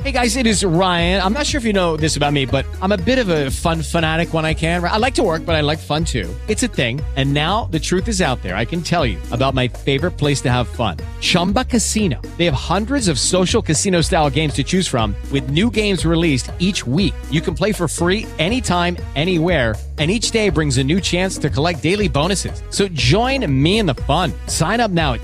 Hey guys, it is Ryan. I'm not sure if you know this about me, but I'm a bit of a fun fanatic when I can. I like to work, but I like fun too. It's a thing. And now the truth is out there. I can tell you about my favorite place to have fun. Chumba Casino. They have hundreds of social casino style games to choose from with new games released each week. You can play for free anytime, anywhere. And each day brings a new chance to collect daily bonuses. So join me in the fun. Sign up now at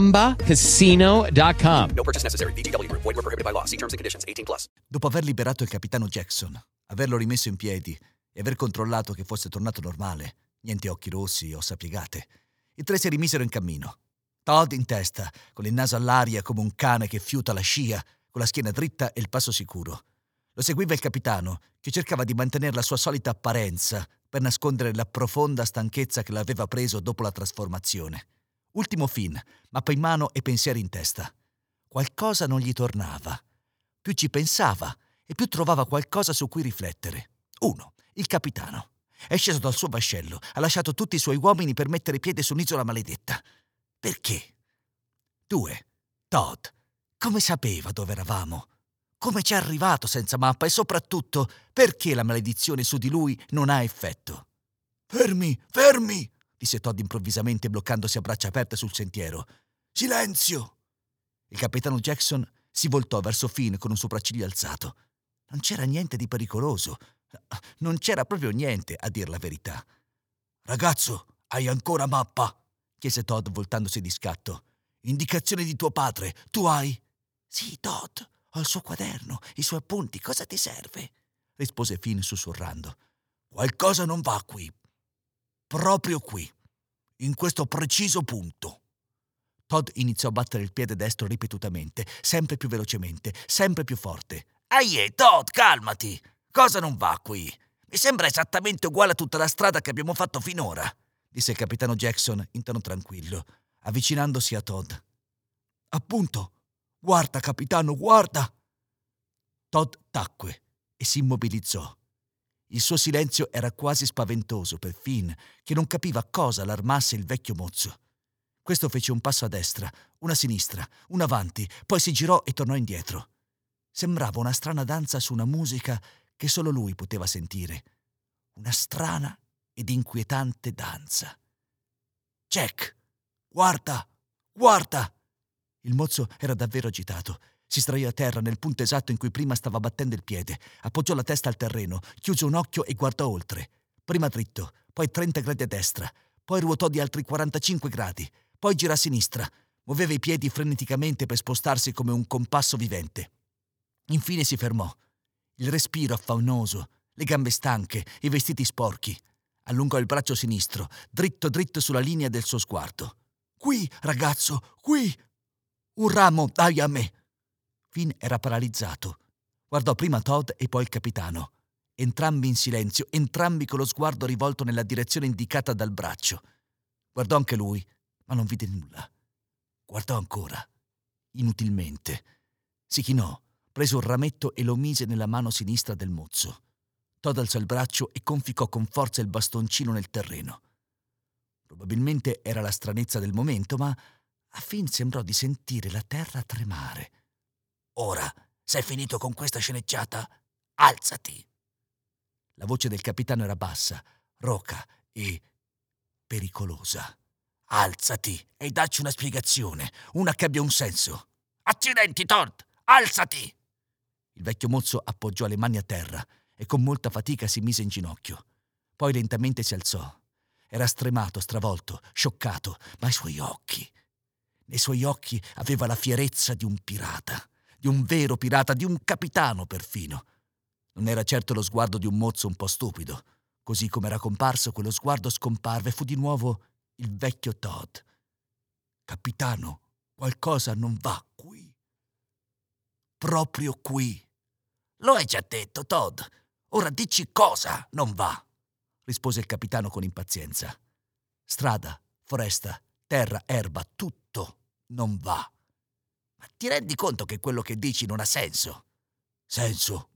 ChumbaCasino.com. No purchase necessary. VGW Group. Void where prohibited by law. See terms and conditions. 18+. Dopo aver liberato il capitano Jackson, averlo rimesso in piedi e aver controllato che fosse tornato normale, niente occhi rossi, ossa piegate, i tre si rimisero in cammino. Todd in testa, con il naso all'aria come un cane che fiuta la scia, con la schiena dritta e il passo sicuro. Lo seguiva il capitano, che cercava di mantenere la sua solita apparenza per nascondere la profonda stanchezza che l'aveva preso dopo la trasformazione. Ultimo Finn, mappa in mano e pensieri in testa. Qualcosa non gli tornava. Più ci pensava e più trovava qualcosa su cui riflettere. 1. Il capitano. È sceso dal suo vascello, ha lasciato tutti i suoi uomini per mettere piede su un'isola maledetta. Perché? 2. Todd. Come sapeva dove eravamo? Come ci è arrivato senza mappa e soprattutto perché la maledizione su di lui non ha effetto? Fermi, fermi! Disse Todd improvvisamente bloccandosi a braccia aperte sul sentiero. Silenzio! Il capitano Jackson si voltò verso Finn con un sopracciglio alzato. Non c'era niente di pericoloso. Non c'era proprio niente, a dir la verità. Ragazzo, hai ancora mappa? Chiese Todd voltandosi di scatto. Indicazioni di tuo padre, tu hai? Sì, Todd, ho il suo quaderno, i suoi appunti, cosa ti serve? Rispose Finn sussurrando. Qualcosa non va qui. Proprio qui. In questo preciso punto. Todd iniziò a battere il piede destro ripetutamente, sempre più velocemente, sempre più forte. Aie, Todd, calmati! Cosa non va qui? Mi sembra esattamente uguale a tutta la strada che abbiamo fatto finora, disse il capitano Jackson in tono tranquillo, avvicinandosi a Todd. Appunto! Guarda, capitano, guarda! Todd tacque e si immobilizzò. Il suo silenzio era quasi spaventoso per Finn, che non capiva cosa allarmasse il vecchio mozzo. Questo fece un passo a destra, una a sinistra, un avanti, poi si girò e tornò indietro. Sembrava una strana danza su una musica che solo lui poteva sentire. Una strana ed inquietante danza. Jack! Guarda! Guarda! Il mozzo era davvero agitato. Si sdraiò a terra nel punto esatto in cui prima stava battendo il piede, appoggiò la testa al terreno, chiuse un occhio e guardò oltre. Prima dritto, poi 30 gradi a destra, poi ruotò di altri 45 gradi. Poi girò a sinistra, muoveva i piedi freneticamente per spostarsi come un compasso vivente. Infine si fermò. Il respiro affannoso, le gambe stanche, i vestiti sporchi. Allungò il braccio sinistro, dritto dritto sulla linea del suo sguardo. Qui, ragazzo, qui! Un ramo, dai a me! Finn era paralizzato. Guardò prima Todd e poi il capitano. Entrambi in silenzio, entrambi con lo sguardo rivolto nella direzione indicata dal braccio. Guardò anche lui, ma non vide nulla. Guardò ancora, inutilmente. Si chinò, prese un rametto e lo mise nella mano sinistra del mozzo. Todd alzò il braccio e conficcò con forza il bastoncino nel terreno. Probabilmente era la stranezza del momento, ma a Finn sembrò di sentire la terra tremare. Ora, sei finito con questa sceneggiata? Alzati! La voce del capitano era bassa, roca e pericolosa. Alzati e dacci una spiegazione, una che abbia un senso. Accidenti, Todd! Alzati! Il vecchio mozzo appoggiò le mani a terra e con molta fatica si mise in ginocchio. Poi lentamente si alzò. Era stremato, stravolto, scioccato, ma nei suoi occhi aveva la fierezza di un pirata, di un vero pirata, di un capitano perfino. Non era certo lo sguardo di un mozzo un po' stupido. Così come era comparso, quello sguardo scomparve e fu di nuovo il vecchio Todd. Capitano, qualcosa non va qui. Proprio qui. Lo hai già detto, Todd. Ora dici cosa non va, rispose il capitano con impazienza. Strada, foresta, terra, erba, tutto non va. Ma ti rendi conto che quello che dici non ha senso? Senso,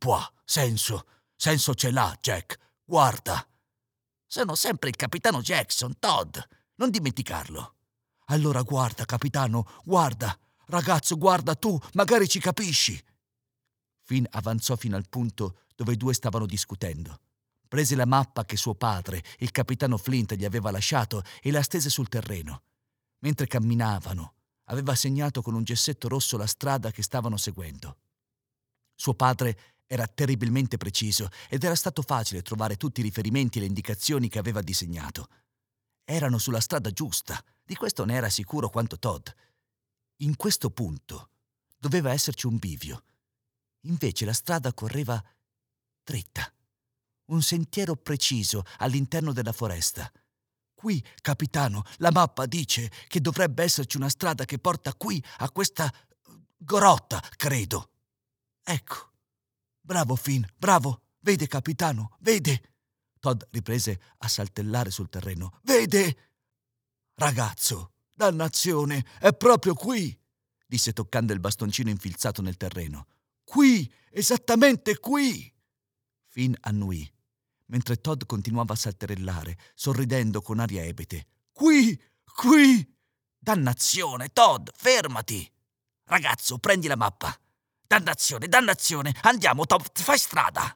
senso ce l'ha, Jack. Guarda. Sono sempre il capitano Jackson, Todd. Non dimenticarlo. Allora guarda, capitano, guarda. Ragazzo, guarda tu, magari ci capisci. Finn avanzò fino al punto dove i due stavano discutendo. Prese la mappa che suo padre, il capitano Flint, gli aveva lasciato e la stese sul terreno. Mentre camminavano, aveva segnato con un gessetto rosso la strada che stavano seguendo. Suo padre era terribilmente preciso ed era stato facile trovare tutti i riferimenti e le indicazioni che aveva disegnato. Erano sulla strada giusta, di questo ne era sicuro quanto Todd. In questo punto doveva esserci un bivio. Invece la strada correva dritta. Un sentiero preciso all'interno della foresta. Qui, capitano, la mappa dice che dovrebbe esserci una strada che porta qui, a questa grotta, credo. Ecco. Bravo, Finn, bravo. Vede, capitano, vede. Todd riprese a saltellare sul terreno. Vede? Ragazzo, dannazione, è proprio qui, disse toccando il bastoncino infilzato nel terreno. Qui, esattamente qui. Finn annuì, mentre Todd continuava a salterellare, sorridendo con aria ebete. Qui, qui. Dannazione, Todd, fermati. Ragazzo, prendi la mappa. Dannazione, dannazione, andiamo, Todd, fai strada.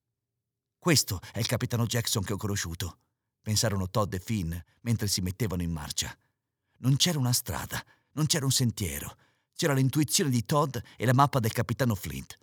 Questo è il capitano Jackson che ho conosciuto, pensarono Todd e Finn mentre si mettevano in marcia. Non c'era una strada, non c'era un sentiero, c'era l'intuizione di Todd e la mappa del capitano Flint.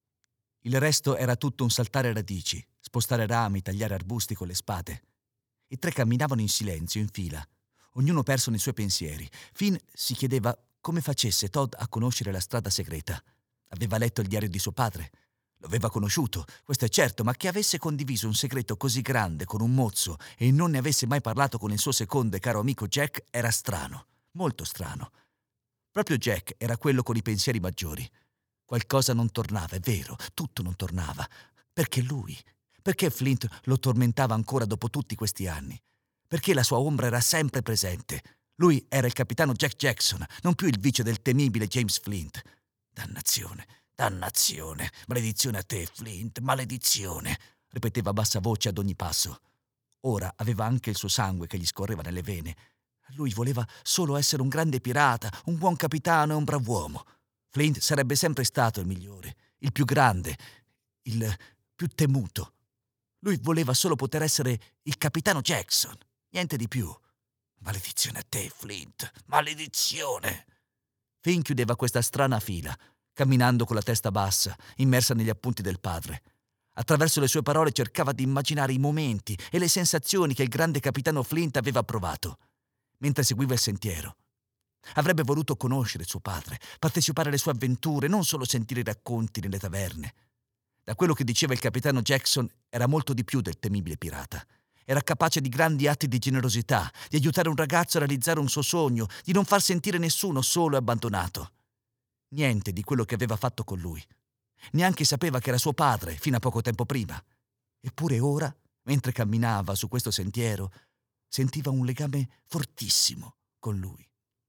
Il resto era tutto un saltare radici, spostare rami, tagliare arbusti con le spade. I tre camminavano in silenzio, in fila, ognuno perso nei suoi pensieri. Finn si chiedeva come facesse Todd a conoscere la strada segreta. Aveva letto il diario di suo padre. Lo aveva conosciuto, questo è certo, ma che avesse condiviso un segreto così grande con un mozzo e non ne avesse mai parlato con il suo secondo e caro amico Jack era strano, molto strano. Proprio Jack era quello con i pensieri maggiori. Qualcosa non tornava, è vero, tutto non tornava. Perché lui? Perché Flint lo tormentava ancora dopo tutti questi anni? Perché la sua ombra era sempre presente? Lui era il capitano Jack Jackson, non più il vice del temibile James Flint. Dannazione, dannazione, maledizione a te, Flint, maledizione, ripeteva a bassa voce ad ogni passo. Ora aveva anche il suo sangue che gli scorreva nelle vene. Lui voleva solo essere un grande pirata, un buon capitano e un brav'uomo. Flint sarebbe sempre stato il migliore, il più grande, il più temuto. Lui voleva solo poter essere il capitano Jackson, niente di più. Maledizione a te, Flint, maledizione! Finn chiudeva questa strana fila, camminando con la testa bassa, immersa negli appunti del padre. Attraverso le sue parole cercava di immaginare i momenti e le sensazioni che il grande capitano Flint aveva provato, mentre seguiva il sentiero. Avrebbe voluto conoscere suo padre, partecipare alle sue avventure, non solo sentire i racconti nelle taverne. Da quello che diceva il capitano Jackson era molto di più del temibile pirata. Era capace di grandi atti di generosità, di aiutare un ragazzo a realizzare un suo sogno, di non far sentire nessuno solo e abbandonato. Niente di quello che aveva fatto con lui. Neanche sapeva che era suo padre fino a poco tempo prima. Eppure ora, mentre camminava su questo sentiero, sentiva un legame fortissimo con lui.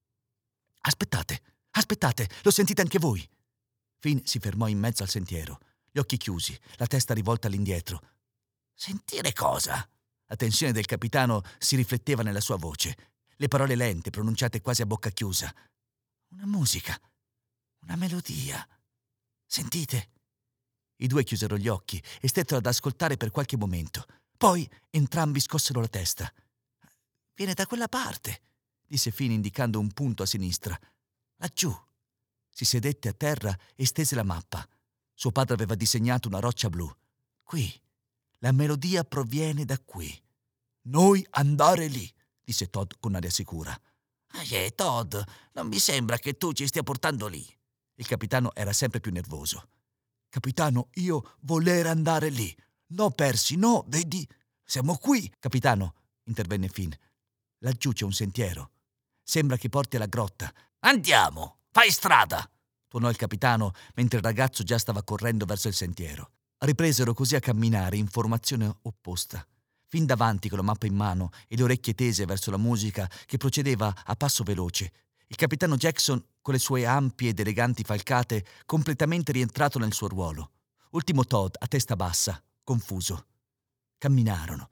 Aspettate, aspettate, lo sentite anche voi? Finn si fermò in mezzo al sentiero, gli occhi chiusi, la testa rivolta all'indietro. Sentire cosa? La tensione del capitano si rifletteva nella sua voce, le parole lente, pronunciate quasi a bocca chiusa. Una musica, una melodia. Sentite? I due chiusero gli occhi e stettero ad ascoltare per qualche momento. Poi entrambi scossero la testa. Viene da quella parte, disse Finn indicando un punto a sinistra. Laggiù. Si sedette a terra e stese la mappa. Suo padre aveva disegnato una roccia blu. Qui. La melodia proviene da qui. Noi andare lì, disse Todd con aria sicura. Todd, non mi sembra che tu ci stia portando lì. Il capitano era sempre più nervoso. Capitano, io voler andare lì. No, Percy, no, vedi. Siamo qui. Capitano, intervenne Finn. Laggiù c'è un sentiero. Sembra che porti alla grotta. Andiamo, fai strada, tuonò il capitano mentre il ragazzo già stava correndo verso il sentiero. Ripresero così a camminare in formazione opposta, fin davanti con la mappa in mano e le orecchie tese verso la musica che procedeva a passo veloce. Il capitano Jackson, con le sue ampie ed eleganti falcate, completamente rientrato nel suo ruolo. Ultimo Todd, a testa bassa, confuso. Camminarono,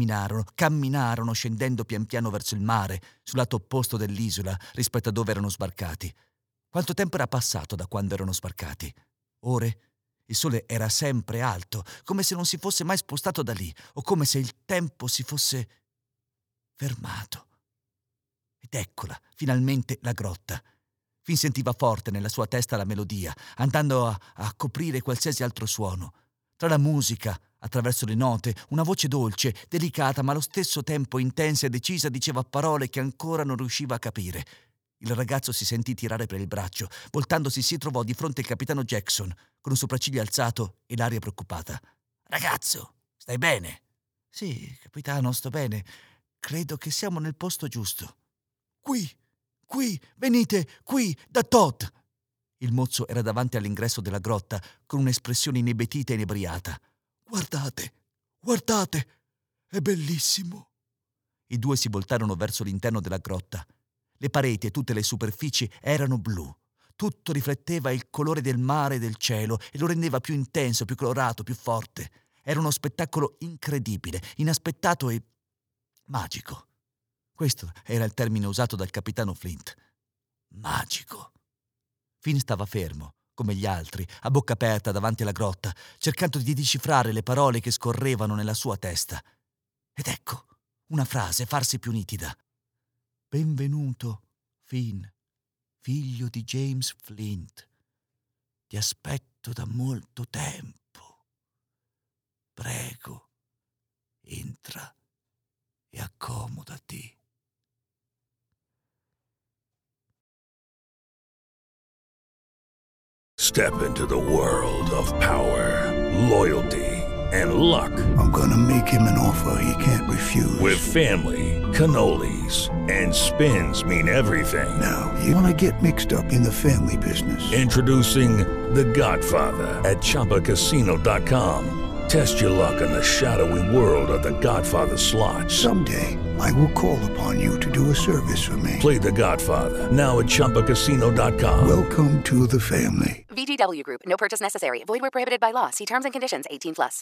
scendendo pian piano verso il mare, sul lato opposto dell'isola rispetto a dove erano sbarcati. Quanto tempo era passato da quando erano sbarcati? Ore? Il sole era sempre alto, come se non si fosse mai spostato da lì, o come se il tempo si fosse fermato. Ed eccola, finalmente la grotta. Finn sentiva forte nella sua testa la melodia, andando a coprire qualsiasi altro suono. Tra la musica, attraverso le note, una voce dolce, delicata, ma allo stesso tempo intensa e decisa diceva parole che ancora non riusciva a capire. Il ragazzo si sentì tirare per il braccio. Voltandosi si trovò di fronte al capitano Jackson, con un sopracciglio alzato e l'aria preoccupata. «Ragazzo, stai bene?» «Sì, capitano, sto bene. Credo che siamo nel posto giusto». Qui, venite, qui, da Todd!» Il mozzo era davanti all'ingresso della grotta, con un'espressione inebetita e inebriata. Guardate, è bellissimo!» I due si voltarono verso l'interno della grotta. Le pareti e tutte le superfici erano blu. Tutto rifletteva il colore del mare e del cielo e lo rendeva più intenso, più colorato, più forte. Era uno spettacolo incredibile, inaspettato e magico. Questo era il termine usato dal capitano Flint. Magico. Finn stava fermo, come gli altri, a bocca aperta davanti alla grotta, cercando di decifrare le parole che scorrevano nella sua testa. Ed ecco, una frase farsi più nitida. «Benvenuto, Finn, figlio di James Flint. Ti aspetto da molto tempo. Prego, entra e accomodati». Step into the world of power, loyalty, and luck. I'm gonna make him an offer he can't refuse. With family, cannolis, and spins mean everything. Now, you wanna get mixed up in the family business. Introducing The Godfather at ChumbaCasino.com. Test your luck in the shadowy world of The Godfather slot. Someday, I will call upon you to do a service for me. Play The Godfather now at ChumbaCasino.com. Welcome to the family. VGW Group. No purchase necessary. Void where prohibited by law. See terms and conditions. 18+.